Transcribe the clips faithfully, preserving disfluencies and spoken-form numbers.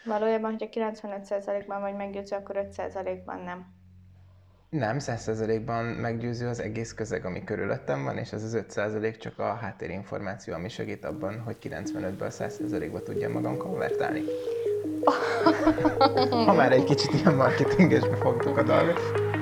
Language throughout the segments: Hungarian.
Valójában, hogyha kilencvenöt százalékban vagy meggyőző, akkor öt százalékban nem. Nem, száz százalékban meggyőző az egész közeg, ami körülöttem van, és ez az öt százalék csak a háttérinformáció, ami segít abban, hogy kilencvenötből száz százalékba tudjam magam konvertálni. Ha már egy kicsit ilyen marketingesbe fogtuk a dolgot.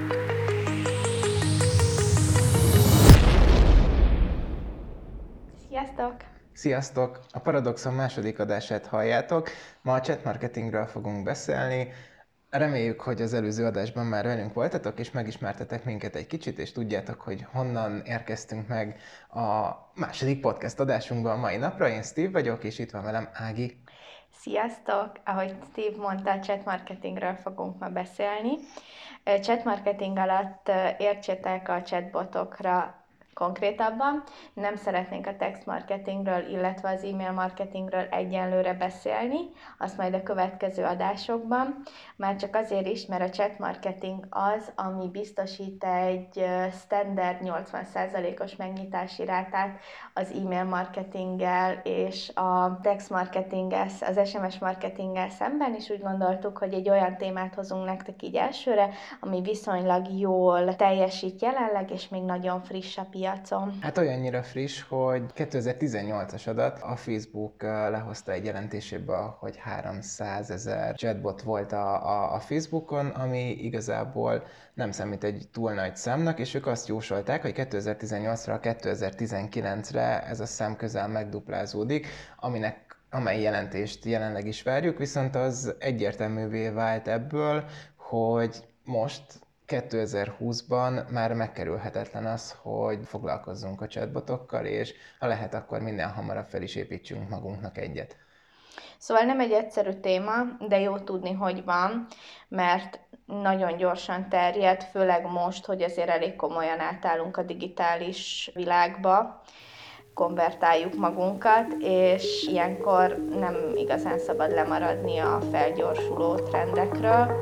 Sziasztok! Sziasztok! A Paradoxon második adását halljátok. Ma a chat marketingről fogunk beszélni. Reméljük, hogy az előző adásban már velünk voltatok, és megismertetek minket egy kicsit, és tudjátok, hogy honnan érkeztünk meg a második podcast adásunkban a mai napra. Én Steve vagyok, és itt van velem Ági. Sziasztok! Ahogy Steve mondta, a chat marketingről fogunk ma beszélni. Chat marketing alatt értsétek a chatbotokra konkrétabban. Nem szeretnénk a text marketingről, illetve az e-mail marketingről egyenlőre beszélni, azt majd a következő adásokban. Már csak azért is, mert a chat marketing az, ami biztosít egy standard nyolcvan százalékos megnyitási rátát az e-mail marketinggel és a text marketinggel, az es em es marketinggel szemben, és úgy gondoltuk, hogy egy olyan témát hozunk nektek így elsőre, ami viszonylag jól teljesít jelenleg, és még nagyon friss a piacon. Hát olyannyira friss, hogy kétezer-tizennyolcas adat, a Facebook lehozta egy jelentéséből, hogy háromszázezer chatbot volt a, a, a Facebookon, ami igazából nem számít egy túl nagy számnak, és ők azt jósolták, hogy kétezer-tizennyolcra, kétezer-tizenkilencre ez a szám közel megduplázódik, aminek amely jelentést jelenleg is várjuk, viszont az egyértelművé vált ebből, hogy most kétezer-húszban már megkerülhetetlen az, hogy foglalkozzunk a chatbotokkal, és ha lehet, akkor minden hamarabb fel is építsünk magunknak egyet. Szóval nem egy egyszerű téma, de jó tudni, hogy van, mert nagyon gyorsan terjed, főleg most, hogy azért elég komolyan átállunk a digitális világba, konvertáljuk magunkat, és ilyenkor nem igazán szabad lemaradni a felgyorsuló trendekről.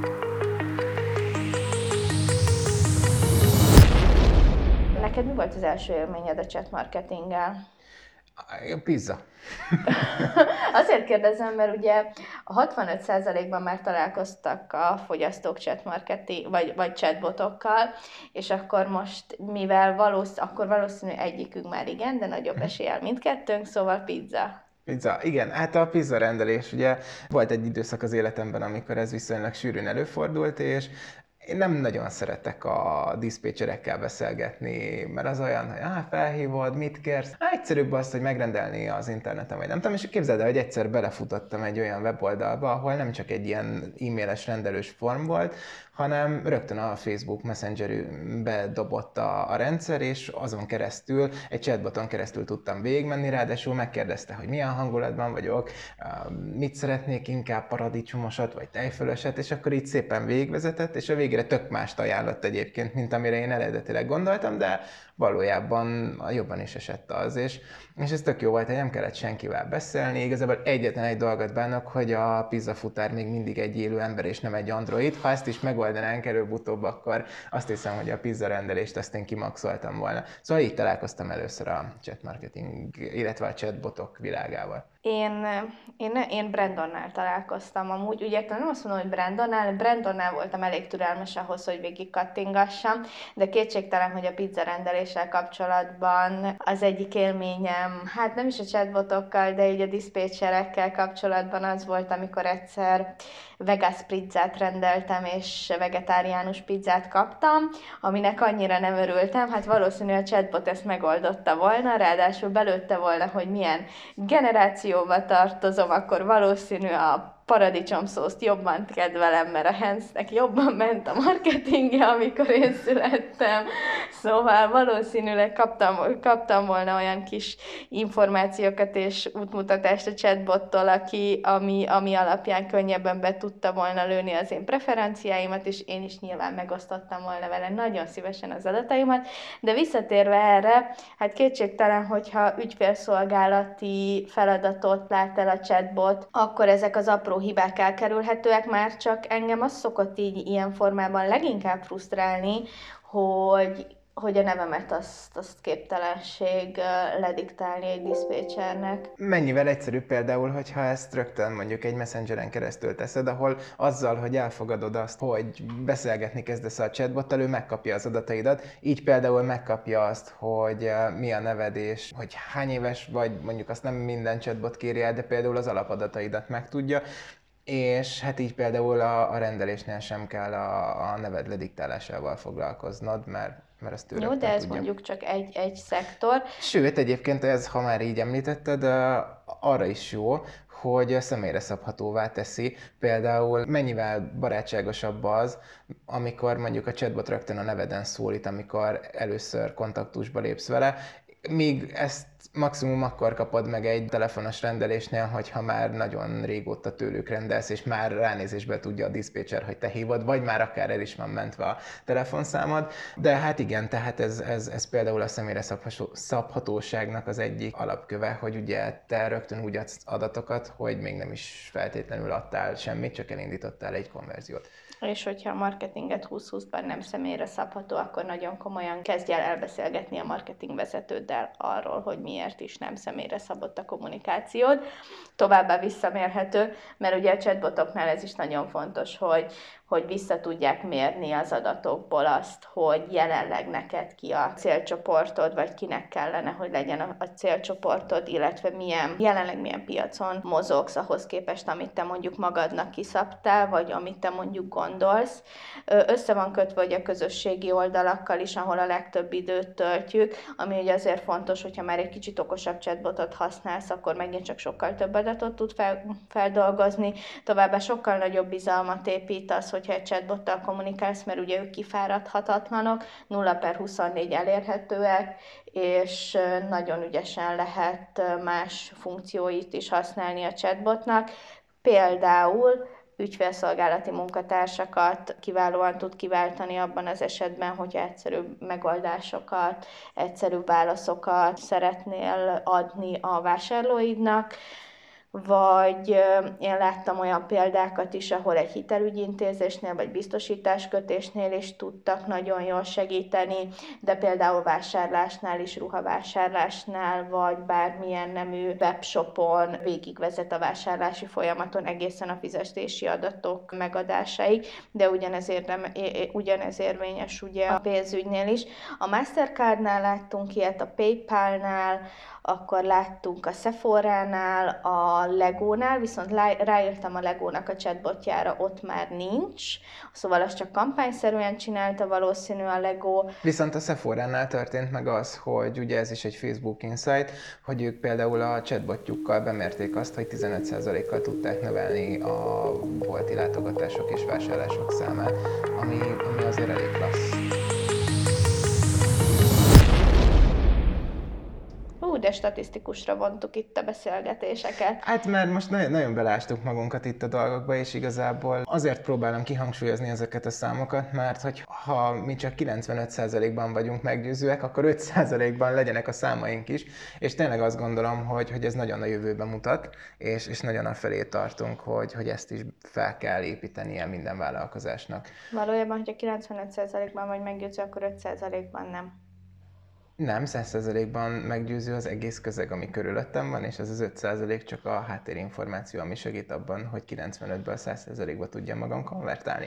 Neked mi volt az első élményed a chat marketinggel? A pizza. Azért kérdezem, mert ugye a hatvanöt százalékban már találkoztak a fogyasztók chat marketing, vagy, vagy chatbotokkal, és akkor most, mivel valósz, akkor valószínű egyikünk már igen, de nagyobb eséllyel mindkettőnk, szóval pizza. Pizza, igen, hát a pizza rendelés, ugye volt egy időszak az életemben, amikor ez viszonylag sűrűn előfordult, és én nem nagyon szeretek a diszpécserekkel beszélgetni, mert az olyan, hogy ah, felhívod, mit kérsz? Hát egyszerűbb az, hogy megrendelni az interneten, vagy nem tudom, és képzeld el, hogy egyszer belefutottam egy olyan weboldalba, ahol nem csak egy ilyen e-mailes rendelős form volt, hanem rögtön a Facebook Messengerbe dobott a, a rendszer, és azon keresztül, egy chatboton keresztül tudtam végigmenni, ráadásul megkérdezte, hogy milyen hangulatban vagyok, mit szeretnék, inkább paradicsomosat, vagy tejfölöset, és akkor így szépen végigvezetett, és a végére tök mást ajánlott egyébként, mint amire én eredetileg gondoltam, de valójában jobban is esett az, és, és ez tök jó volt, hogy nem kellett senkivel beszélni, igazából egyetlen egy dolgot bánok, hogy a pizzafutár még mindig egy élő ember, és nem egy android. Ha ezt is megoldanánk előbb-utóbb, akkor azt hiszem, hogy a pizza rendelést azt én kimaxoltam volna. Szóval így találkoztam először a chat marketing, illetve a chatbotok világával. Én, én, én Brandonnál találkoztam amúgy, ugye nem azt mondom, hogy Brandonnál, Brandonnál voltam elég türelmes ahhoz, hogy végig kattingassam, de kétségtelen, hogy a pizza rendeléssel kapcsolatban az egyik élményem, hát nem is a chatbotokkal, de így a diszpécserekkel kapcsolatban az volt, amikor egyszer Vegas pizzát rendeltem, és vegetáriánus pizzát kaptam, aminek annyira nem örültem, hát valószínűleg a chatbot ezt megoldotta volna, ráadásul belőtte volna, hogy milyen generációba tartozom, akkor valószínű a paradicsomszószt jobban kedvelem, mert a Heinznek jobban ment a marketingje, amikor én születtem. Szóval valószínűleg kaptam, kaptam volna olyan kis információkat és útmutatást a chatbottól, aki, ami, ami alapján könnyebben be tudta volna lőni az én preferenciáimat, és én is nyilván megosztottam volna vele nagyon szívesen az adataimat. De visszatérve erre, hát kétségtelen, hogyha ügyfélszolgálati feladatot lát el a chatbot, akkor ezek az apró hibák elkerülhetőek, már csak engem az szokott így ilyen formában leginkább frusztrálni, hogy hogy a nevemet azt, azt képtelenség lediktálni egy diszpécsernek. Mennyivel egyszerűbb például, hogyha ezt rögtön mondjuk egy messengeren keresztül teszed, ahol azzal, hogy elfogadod azt, hogy beszélgetni kezdesz a chatbottal, ő megkapja az adataidat, így például megkapja azt, hogy mi a neved és hogy hány éves vagy, mondjuk azt nem minden chatbot kéri el, de például az alapadataidat megtudja, és hát így például a, a rendelésnél sem kell a, a neved lediktálásával foglalkoznod, mert, mert azt ő Jó, de rögtön ez tudja. mondjuk csak egy, egy szektor. Sőt, egyébként ez, ha már így említetted, arra is jó, hogy személyre szabhatóvá teszi. Például mennyivel barátságosabb az, amikor mondjuk a chatbot rögtön a neveden szólít, amikor először kontaktusba lépsz vele, míg ezt maximum akkor kapod meg egy telefonos rendelésnél, hogyha már nagyon régóta tőlük rendelsz, és már ránézésben tudja a diszpécser, hogy te hívod, vagy már akár el is van mentve a telefonszámod. De hát igen, tehát ez, ez, ez például a személyre szabhatóságnak az egyik alapköve, hogy ugye te rögtön úgy adsz adatokat, hogy még nem is feltétlenül adtál semmit, csak elindítottál egy konverziót. És hogyha a marketinget húsz húszban nem személyre szabható, akkor nagyon komolyan kezdj el elbeszélgetni a marketingvezetőddel arról, hogy miért is nem személyre szabott a kommunikációd. Továbbá visszamérhető, mert ugye a chatbotoknál ez is nagyon fontos, hogy, hogy vissza tudják mérni az adatokból azt, hogy jelenleg neked ki a célcsoportod, vagy kinek kellene, hogy legyen a, a célcsoportod, illetve milyen, jelenleg milyen piacon mozogsz ahhoz képest, amit te mondjuk magadnak kiszabtál, vagy amit te mondjuk gondolsz. Össze van kötve ugye a közösségi oldalakkal is, ahol a legtöbb időt töltjük, ami ugye azért fontos, hogyha már egy kicsit okosabb chatbotot használsz, akkor megint csak sokkal több adatot tud fel, feldolgozni. Továbbá sokkal nagyobb bizalmat épít az, hogyha egy chatbottal kommunikálsz, mert ugye ők kifáradhatatlanok, nulla per huszonnégy elérhetőek, és nagyon ügyesen lehet más funkcióit is használni a chatbotnak. Például ügyfélszolgálati munkatársakat kiválóan tud kiváltani abban az esetben, hogyha egyszerűbb megoldásokat, egyszerűbb válaszokat szeretnél adni a vásárlóidnak, vagy én láttam olyan példákat is, ahol egy hitelügyintézésnél vagy biztosításkötésnél is tudtak nagyon jól segíteni, de például vásárlásnál is, ruhavásárlásnál, vagy bármilyen nemű webshopon végigvezet a vásárlási folyamaton egészen a fizetési adatok megadásáig, de ugyanez, érdem, ugyanez érvényes ugye a pénzügynél is. A Mastercardnál láttunk ilyet, a PayPalnál, akkor láttunk a Sephora-nál, a Legónál, viszont ráírtam a Legónak a chatbotjára, ott már nincs, szóval az csak kampányszerűen csinálta valószínű a Lego. Viszont a Sephora-nál történt meg az, hogy ugye ez is egy Facebook Insight, hogy ők például a chatbotjukkal bemérték azt, hogy tizenöt százalékkal tudták növelni a bolti látogatások és vásárlások számát, ami, ami azért elég klassz. Hú, de statisztikusra vontuk itt a beszélgetéseket. Hát mert most nagyon, nagyon belástuk magunkat itt a dolgokba, és igazából azért próbálom kihangsúlyozni ezeket a számokat, mert hogy ha mi csak kilencvenöt százalékban vagyunk meggyőzőek, akkor öt százalékban legyenek a számaink is, és tényleg azt gondolom, hogy, hogy ez nagyon a jövőbe mutat, és, és nagyon afelé tartunk, hogy, hogy ezt is fel kell építenie minden vállalkozásnak. Valójában, hogyha kilencvenöt százalékban vagy meggyőző, akkor öt százalékban nem. Nem, száz százalékban meggyőző az egész közeg, ami körülöttem van, és ez az öt százalék csak a háttérinformáció, ami segít abban, hogy kilencvenötből száz százalékba tudjam magam konvertálni.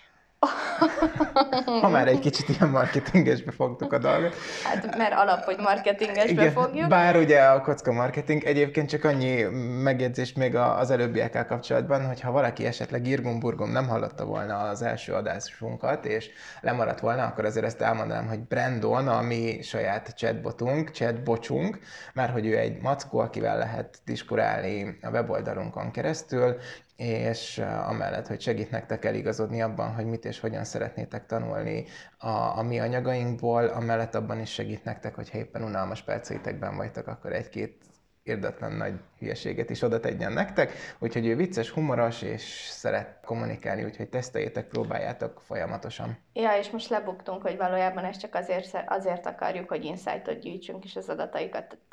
Ha már egy kicsit ilyen marketingesbe fogtuk a dolgot. Hát, mert alap, hogy marketingesbe Igen, fogjuk. Bár ugye a kocka marketing, egyébként csak annyi megjegyzés még az előbbiekkel kapcsolatban, hogy ha valaki esetleg irgum-burgum nem hallotta volna az első adásunkat, és lemaradt volna, akkor azért ezt elmondanám, hogy Brandon, a mi saját chatbotunk, chatbocsunk, mert hogy ő egy mackó, akivel lehet diskurálni a weboldalunkon keresztül, és amellett, hogy segít nektek eligazodni abban, hogy mit és hogyan szeretnétek tanulni a, a mi anyagainkból, amellett abban is segít nektek, hogyha éppen unalmas perceitekben vagytok, akkor egy-két érdetlen nagy hülyeséget is oda tegyen nektek. Úgyhogy ő vicces, humoros, és szeret kommunikálni, úgyhogy teszteljétek, próbáljátok folyamatosan. Ja, és most lebuktunk, hogy valójában ezt csak azért, azért akarjuk, hogy insightot gyűjtsünk, és az adataikat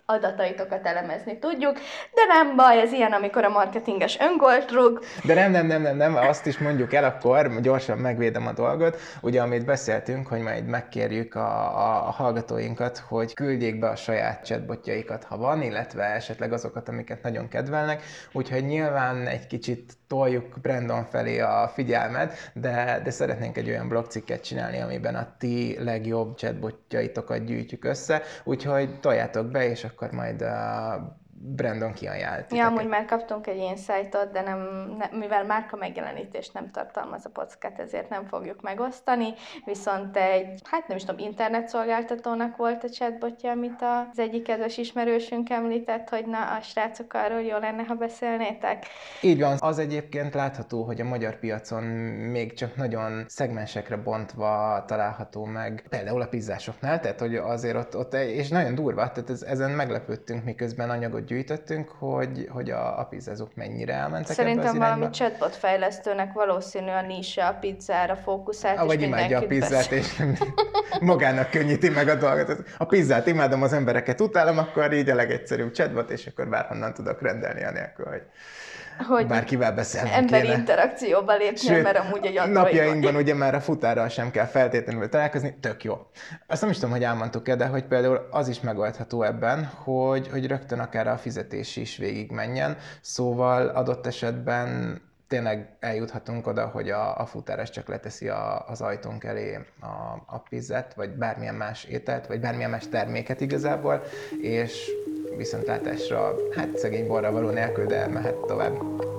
adataitokat elemezni tudjuk, de nem baj, ez ilyen, amikor a marketinges öngolt rúg. De nem, nem, nem, nem, nem, azt is mondjuk el, akkor gyorsan megvédem a dolgot. Ugye, amit beszéltünk, hogy majd megkérjük a, a, a hallgatóinkat, hogy küldjék be a saját chatbotjaikat, ha van, illetve esetleg azokat, amiket nagyon kedvelnek. Úgyhogy nyilván egy kicsit toljuk Brandon felé a figyelmet, de, de szeretnénk egy olyan blogcikket csinálni, amiben a ti legjobb chatbotjaitokat gyűjtjük össze, úgyhogy toljátok be, és akkor majd a Brandon kiajánlt. Ja, amúgy már kaptunk egy insightot, de nem, ne, mivel márka megjelenítést nem tartalmaz a podcast, ezért nem fogjuk megosztani, viszont egy, hát nem is tudom, internetszolgáltatónak volt a chatbotja, amit az egyik kedves ismerősünk említett, hogy na, a srácok, arról jó lenne, ha beszélnétek. Így van, az egyébként látható, hogy a magyar piacon még csak nagyon szegmensekre bontva található meg, például a pizzásoknál, tehát hogy azért ott, ott és nagyon durva, tehát ez, ezen meglepődtünk, miközben anyagot gyűjtöttünk, hogy, hogy a, a pizzázók mennyire elmentek Szerintem ebbe az irányba. valami chatbot fejlesztőnek valószínű a nise a pizzára fókuszált, ah, vagy imádja a pizzát, és magának könnyíti meg a dolgot. A pizzát imádom, az embereket utálom, akkor így a legegyszerűbb chatbot, és akkor bárhonnan tudok rendelni anélkül, hogy, hogy bárkivel beszélnem emberi kéne. interakcióba lépni, mert amúgy egy android napjainkban ugye már a futárral sem kell feltétlenül találkozni, tök jó. Azt nem is tudom, hogy elmondtuk-e, de hogy például az is megoldható ebben, hogy, hogy rögtön akár a fizetés is végigmenjen, szóval adott esetben tényleg eljuthatunk oda, hogy a, a futárás csak leteszi a, az ajtónk elé a, a pizzát, vagy bármilyen más ételt, vagy bármilyen más terméket igazából, és viszontlátásra, hát szegény borra való nélkül, de mehet tovább.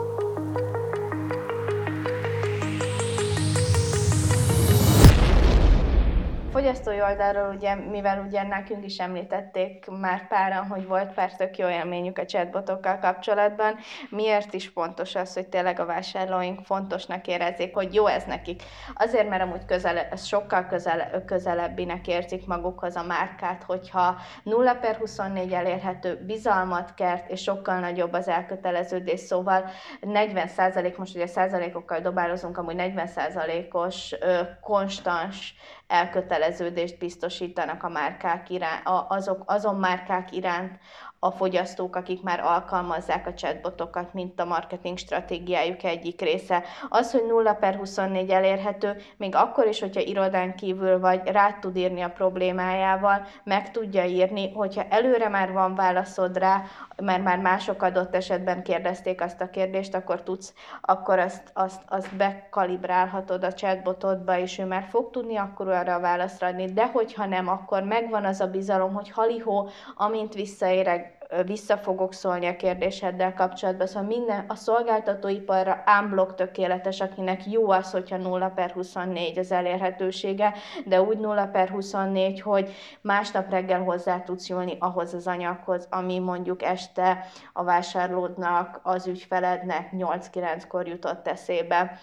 Fogyasztói oldalról, ugye, mivel ugye nekünk is említették már páran, hogy volt pár tök jó élményük a chatbotokkal kapcsolatban, miért is fontos az, hogy tényleg a vásárlóink fontosnak érezzék, hogy jó ez nekik. Azért, mert amúgy közele, sokkal közele, közelebbinek érzik magukhoz a márkát, hogyha nulla per huszonnégy elérhető, bizalmat kert, és sokkal nagyobb az elköteleződés, szóval negyven százalék, most ugye százalékokkal dobálozunk, amúgy negyven százalékos ö, konstans elköteleződést biztosítanak a márkák iránt, azok, azon márkák iránt a fogyasztók, akik már alkalmazzák a chatbotokat, mint a marketing stratégiájuk egyik része. Az, hogy nulla per huszonnégy elérhető, még akkor is, hogyha irodán kívül vagy, rá tud írni a problémájával, meg tudja írni, hogyha előre már van válaszod rá, mert már mások adott esetben kérdezték azt a kérdést, akkor tudsz, akkor azt, azt, azt bekalibrálhatod a chatbotodba, és ő már fog tudni akkor arra a válaszra adni, de hogyha nem, akkor megvan az a bizalom, hogy halihó, amint visszaérek, vissza fogok szólni a kérdéseddel kapcsolatban, szóval minden, a szolgáltatóiparra unblock tökéletes, akinek jó az, hogyha nulla per huszonnégy az elérhetősége, de úgy nulla per huszonnégy, hogy másnap reggel hozzá tudsz jönni ahhoz az anyaghoz, ami mondjuk este a vásárlódnak, az ügyfelednek nyolc-kilenckor jutott eszébe.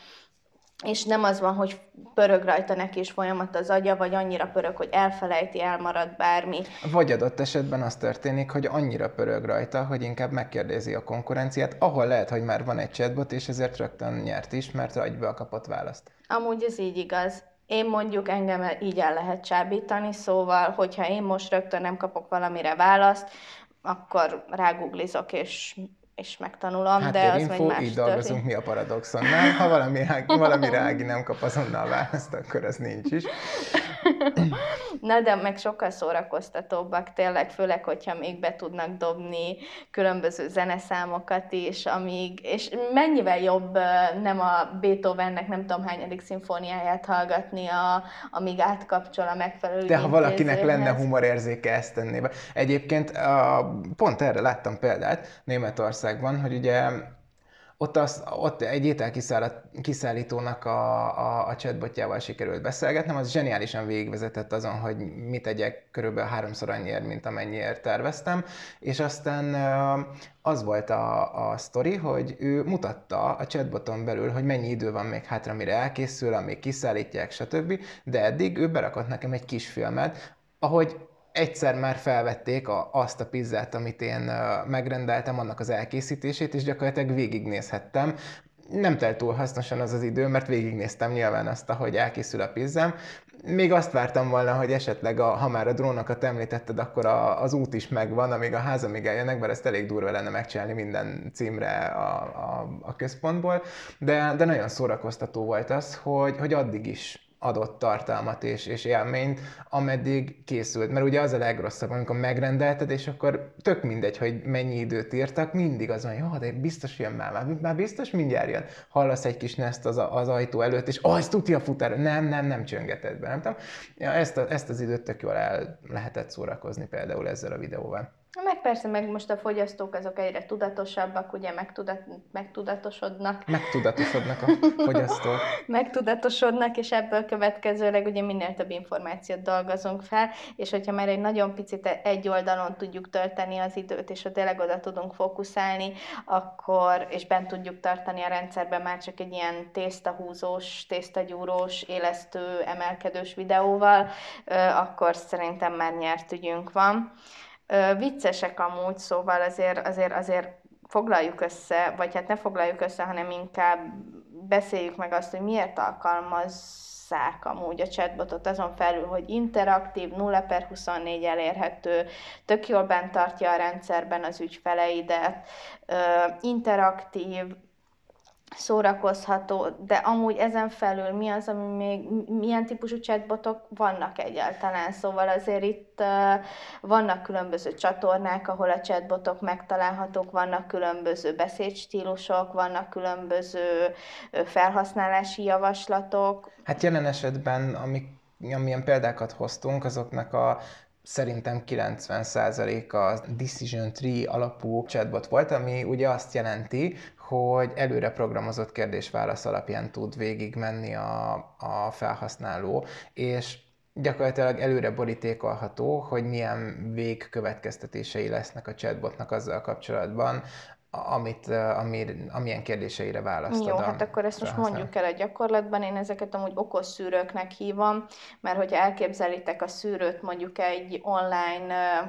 És nem az van, hogy pörög rajta neki is folyamat az agya, vagy annyira pörög, hogy elfelejti, elmarad bármi. Vagy adott esetben az történik, hogy annyira pörög rajta, hogy inkább megkérdezi a konkurenciát, ahol lehet, hogy már van egy chatbot, és ezért rögtön nyert is, mert agyből kapott választ. Amúgy ez így igaz. Én mondjuk engem így el lehet csábítani, szóval, hogyha én most rögtön nem kapok valamire választ, akkor rágooglizok, és és megtanulom, hát de az info, még más így történt. dolgozunk mi a Paradoxonnál. Ha valami, valamire Ági nem kap azonnal választ, akkor az nincs is. Na, de meg sokkal szórakoztatóbbak tényleg, főleg, hogyha még be tudnak dobni különböző zeneszámokat is, amíg, és mennyivel jobb nem a Beethovennek nem tudom hányadik szimfóniáját hallgatni, a, amíg átkapcsol a megfelelő De ha valakinek intézőhez. lenne humorérzéke, ezt tenné be. Egyébként a, pont erre láttam példát Németországban, hogy ugye Ott, az, ott egy ételkiszállítónak a, a, a chatbotjával sikerült beszélgetnem, az zseniálisan végigvezetett azon, hogy mit tegyek körülbelül háromszor annyiért, mint amennyiért terveztem, és aztán az volt a, a sztori, hogy ő mutatta a chatboton belül, hogy mennyi idő van még hátra, mire elkészül, amíg kiszállítják, stb. De eddig ő berakott nekem egy kis filmet, ahogy egyszer már felvették a, azt a pizzát, amit én uh, megrendeltem, annak az elkészítését, és gyakorlatilag végignézhettem. Nem telt túl hasznosan az az idő, mert végignéztem nyilván azt, ahogy elkészül a pizzám, Még azt vártam volna, hogy esetleg, a, ha már a drónokat említetted, akkor a, az út is megvan, amíg a házamig eljönnek, mert ezt elég durva lenne megcsinálni minden címre a, a, a központból, de, de nagyon szórakoztató volt az, hogy, hogy addig is adott tartalmat és, és élményt, ameddig készült. Mert ugye az a legrosszabb, amikor megrendelted, és akkor tök mindegy, hogy mennyi időt írtak, mindig az van, jó, de biztos jön már, már, már biztos mindjárt jön. Hallasz egy kis neszt az, az ajtó előtt, és oh, ez tudja a futár. Nem, nem, nem csöngetett be, nem tudom. Ja, ezt, a, ezt az időt tök jól el lehetett szórakozni például ezzel a videóval. Meg persze, meg most a fogyasztók azok egyre tudatosabbak, ugye megtudat, megtudatosodnak. Megtudatosodnak a fogyasztók. Megtudatosodnak, és ebből következőleg ugye minél több információt dolgozunk fel, és hogyha már egy nagyon picit egy oldalon tudjuk tölteni az időt, és ha tényleg oda tudunk fókuszálni, akkor, és bent tudjuk tartani a rendszerben már csak egy ilyen tésztahúzós, tésztagyúrós, élesztő, emelkedős videóval, akkor szerintem már nyert ügyünk van. Ö, viccesek amúgy, szóval azért, azért, azért foglaljuk össze, vagy hát ne foglaljuk össze, hanem inkább beszéljük meg azt, hogy miért alkalmazzák amúgy a chatbotot, azon felül, hogy interaktív, nulla per huszonnégy elérhető, tök jól bent tartja a rendszerben az ügyfeleidet, ö, interaktív, szórakozható, de amúgy ezen felül mi az, ami még, milyen típusú chatbotok vannak egyáltalán, szóval azért itt uh, vannak különböző csatornák, ahol a chatbotok megtalálhatók, vannak különböző beszédstílusok, vannak különböző felhasználási javaslatok. Hát jelen esetben, amik, amilyen példákat hoztunk, azoknak a szerintem kilencven százaléka Decision Tree alapú chatbot volt, ami ugye azt jelenti, hogy előre programozott kérdés-válasz alapján tud végigmenni a, a felhasználó, és gyakorlatilag előre borítékolható, hogy milyen végkövetkeztetései lesznek a chatbotnak azzal kapcsolatban, amit, amir, amilyen kérdéseire választod. Jó, hát akkor ezt most mondjuk el a gyakorlatban. Én ezeket amúgy okos szűrőknek hívom, mert hogyha elképzelitek a szűrőt mondjuk egy online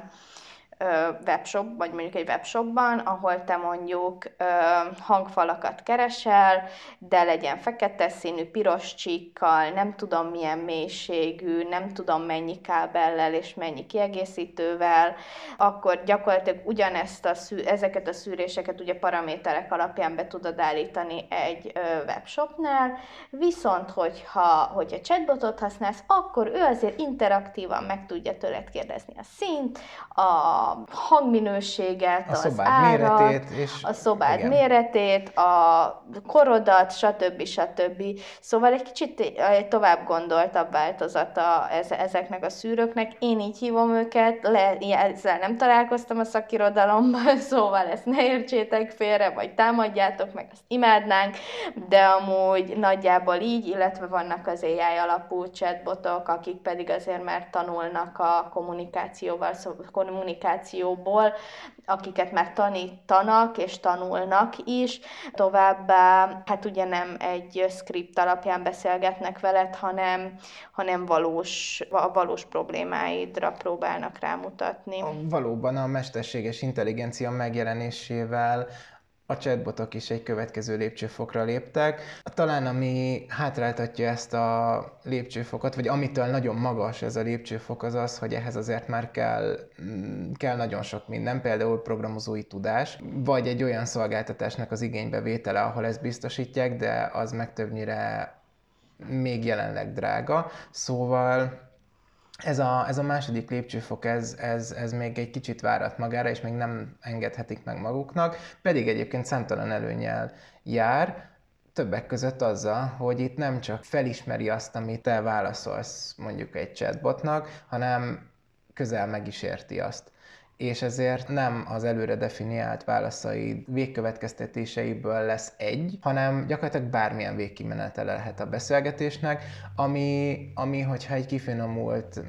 webshop, vagy mondjuk egy webshopban, ahol te mondjuk ö, hangfalakat keresel, de legyen fekete színű, piros csíkkal, nem tudom milyen mélységű, nem tudom mennyi kábellel és mennyi kiegészítővel, akkor gyakorlatilag ugyanezt a szű, ezeket a szűréseket ugye paraméterek alapján be tudod állítani egy ö, webshopnál, viszont hogyha, hogyha chatbotot használsz, akkor ő azért interaktívan meg tudja tőled kérdezni a színt, a hangminőséget, a az szobád árat, méretét, és a szobád igen. méretét, a korodat, stb. stb. Szóval egy kicsit egy tovább gondoltabb változata ezeknek a szűrőknek. Én így hívom őket, le, ezzel nem találkoztam a szakirodalomban, szóval ezt ne értsétek félre, vagy támadjátok meg, azt imádnánk, de amúgy nagyjából így, illetve vannak az á i alapú chatbotok, akik pedig azért már tanulnak a kommunikációval, szóval kommunikációból, akiket már tanítanak és tanulnak is. Továbbá, hát ugye nem egy script alapján beszélgetnek veled, hanem, hanem valós, a valós problémáidra próbálnak rámutatni. Valóban a mesterséges intelligencia megjelenésével a chatbotok is egy következő lépcsőfokra léptek. Talán ami hátráltatja ezt a lépcsőfokot, vagy amitől nagyon magas ez a lépcsőfok, az az, hogy ehhez azért már kell, kell nagyon sok minden, például programozói tudás, vagy egy olyan szolgáltatásnak az igénybevétele, ahol ezt biztosítják, de az meg többnyire még jelenleg drága. Szóval Ez a, ez a második lépcsőfok, ez, ez, ez még egy kicsit várat magára, és még nem engedhetik meg maguknak, pedig egyébként számtalan előnnyel jár, többek között azzal, hogy itt nem csak felismeri azt, amit te válaszolsz mondjuk egy chatbotnak, hanem közel meg is érti azt. És ezért nem az előre definiált válaszaid végkövetkeztetéseiből lesz egy, hanem gyakorlatilag bármilyen végkimenetele lehet a beszélgetésnek, ami, ami hogyha egy kifinomult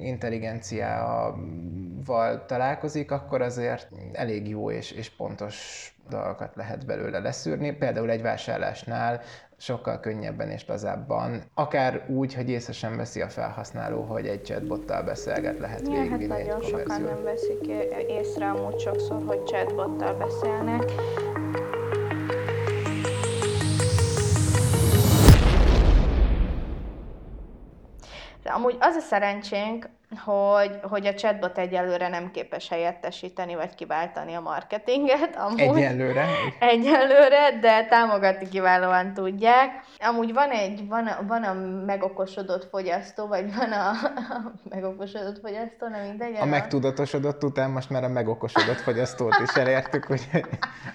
intelligenciával találkozik, akkor azért elég jó és, és pontos dolgokat lehet belőle leszűrni. Például egy vásárlásnál sokkal könnyebben és lazábban, akár úgy, hogy észre sem veszi a felhasználó, hogy egy chatbottal beszélget, lehet ja, végigvinni hát egy nagyon sokan konverziót. nem veszik észre amúgy sokszor, hogy chatbottal beszélnek. De Amúgy az a szerencsénk, hogy, hogy a chatbot egyelőre nem képes helyettesíteni vagy kiváltani a marketinget. Amúgy Egyelőre? Egyelőre, de támogatni kiválóan tudják. Amúgy van egy, van a, van a megokosodott fogyasztó, vagy van a, a megokosodott fogyasztó, nem mindegy. A megtudatosodott után most már a megokosodott fogyasztót is elértük, úgyhogy...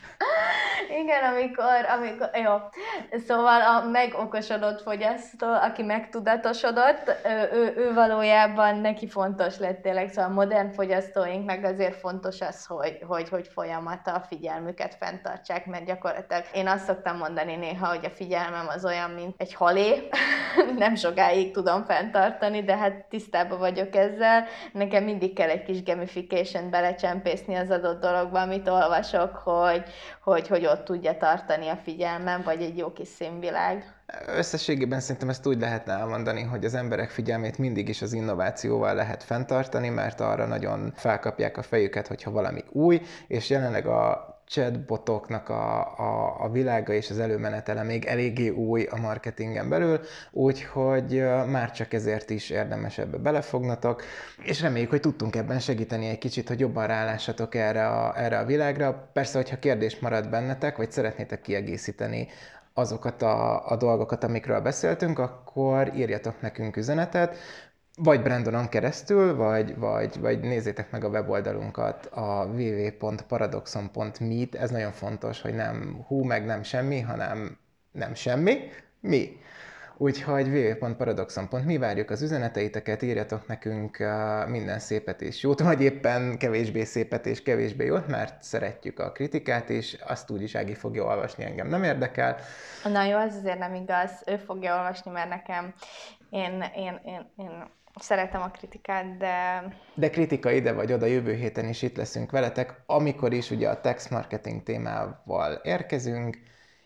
Igen, amikor, amikor, jó. Szóval a megokosodott fogyasztó, aki megtudatosodott, ő, ő, ő valójában neki fontos lett tényleg, szóval a modern fogyasztóinknak azért fontos az, hogy, hogy, hogy folyamata a figyelmüket fenntartsák, mert gyakorlatilag én azt szoktam mondani néha, hogy a figyelmem az olyan, mint egy halé, nem sokáig tudom fenntartani, de hát tisztában vagyok ezzel. Nekem mindig kell egy kis gamification belecsempészni az adott dologba, amit olvasok, hogy, hogy, hogy ott tudja tartani a figyelmem, vagy egy jó kis színvilág. Összességében szerintem ezt úgy lehetne elmondani, hogy az emberek figyelmét mindig is az innovációval lehet fenntartani, mert arra nagyon felkapják a fejüket, hogyha valami új, és jelenleg a chatbotoknak a, a, a világa és az előmenetele még eléggé új a marketingen belül, úgyhogy már csak ezért is érdemes ebbe belefognatok, és reméljük, hogy tudtunk ebben segíteni egy kicsit, hogy jobban rálássatok erre a, erre a világra. Persze, hogyha kérdés marad bennetek, vagy szeretnétek kiegészíteni azokat a, a dolgokat, amikről beszéltünk, akkor írjatok nekünk üzenetet, vagy Brandonon keresztül, vagy, vagy, vagy nézzétek meg a weboldalunkat, a double-u double-u double-u pont paradoxon pont meet. Ez nagyon fontos, hogy nem hú, meg nem semmi, hanem nem semmi, mi. Úgyhogy double-u double-u double-u pont paradoxon pont mi, várjuk az üzeneteiteket, írjatok nekünk minden szépet és jót, vagy éppen kevésbé szépet és kevésbé jót, mert szeretjük a kritikát, és azt úgyis Ági fogja olvasni, engem nem érdekel. Na jó, ez azért nem igaz, ő fogja olvasni, mert nekem, én, én, én, én szeretem a kritikát, de... De kritika ide vagy oda, jövő héten is itt leszünk veletek, amikor is ugye a text marketing témával érkezünk,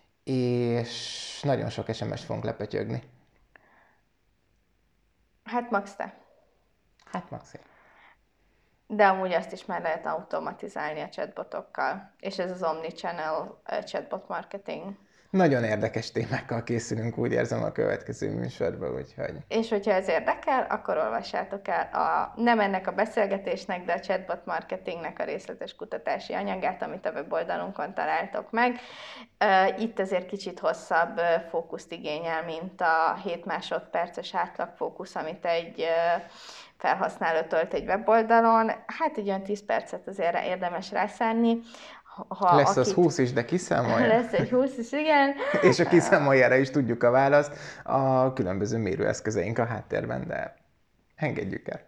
és nagyon sok es em es-t fogunk lepötyögni. Hát max te. Hát maxi. De amúgy azt is már lehet automatizálni a chatbotokkal, és ez az omnichannel chatbot marketing. Nagyon érdekes témákkal készülünk, úgy érzem, a következő műsorban, úgyhogy... És hogyha ez érdekel, akkor olvassátok el a, nem ennek a beszélgetésnek, de a chatbot marketingnek a részletes kutatási anyagát, amit a weboldalunkon találtok meg. Itt azért kicsit hosszabb fókuszt igényel, mint a hét másodperces átlagfókusz, amit egy felhasználó tölt egy weboldalon. Hát egy olyan tíz percet azért érdemes rászánni. Ha lesz akit... az húsz is, de kiszámolja. Lesz egy húsz is, igen. És a kiszámoljára is tudjuk a választ. A különböző mérőeszközeink a háttérben, de engedjük el.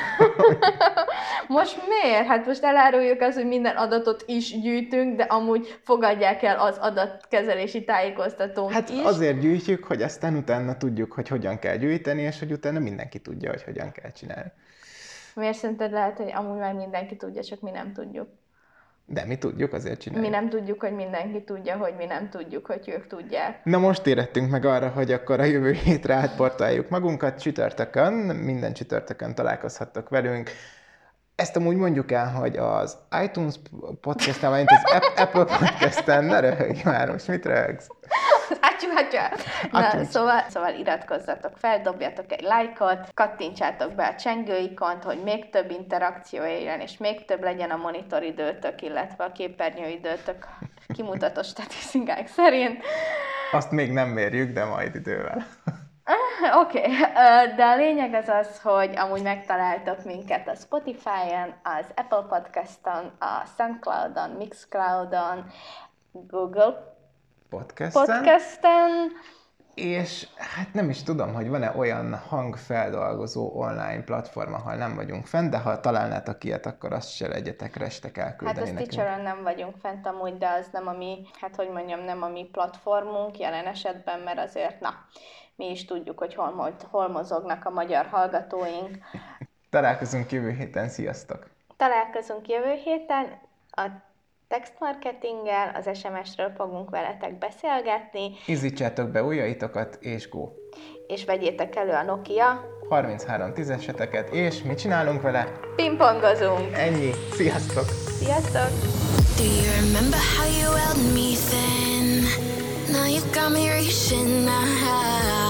Most miért? Hát most eláruljuk azt, hogy minden adatot is gyűjtünk, de amúgy fogadják el az adatkezelési tájékoztatónk hát is. Hát azért gyűjtjük, hogy aztán utána tudjuk, hogy hogyan kell gyűjteni, és hogy utána mindenki tudja, hogy hogyan kell csinálni. Miért szerinted lehet, hogy amúgy már mindenki tudja, csak mi nem tudjuk? De mi tudjuk, azért csináljuk. Mi nem tudjuk, hogy mindenki tudja, hogy mi nem tudjuk, hogy ők tudják. Na most érettünk meg arra, hogy akkor a jövő hétre átportáljuk magunkat csütörtökön, minden csütörtökön találkozhattok velünk. Ezt amúgy mondjuk el, hogy az iTunes podcast-en, vagy az Apple podcast-en, ne röhögj már, most mit röhögsz? Átyú, átyú. Na, szóval, szóval iratkozzatok fel, dobjatok egy lájkot, kattintsátok be a csengőikont, hogy még több interakció éljen, és még több legyen a monitoridőtök, illetve a képernyőidőtök kimutató statisztikák szerint. Azt még nem mérjük, de majd idővel. Oké, okay. De a lényeg az az, hogy amúgy megtaláltok minket a Spotify-on, az Apple Podcast-on, a SoundCloud-on, Mixcloud-on, Google Podcasten. Podcasten. És hát nem is tudom, hogy van-e olyan hangfeldolgozó online platform, ahol nem vagyunk fent, de ha találnátok ilyet, akkor azt se legyetek restek elküldeni nekünk. Hát a Stitcher-on nem vagyunk fent amúgy, de az nem a mi, hát hogy mondjam, nem a mi platformunk jelen esetben, mert azért, na, mi is tudjuk, hogy hol, hol mozognak a magyar hallgatóink. Találkozunk jövő héten, sziasztok! Találkozunk jövő héten, a textmarketinggel, az es em es-ről fogunk veletek beszélgetni. Izzítsátok be ujjaitokat, és go! És vegyétek elő a Nokia harminchárom tízeseteket, és mit csinálunk vele? Pingpongozunk! Ennyi! Sziasztok! Sziasztok! Do you remember how you held me then? Now you got me reaching out.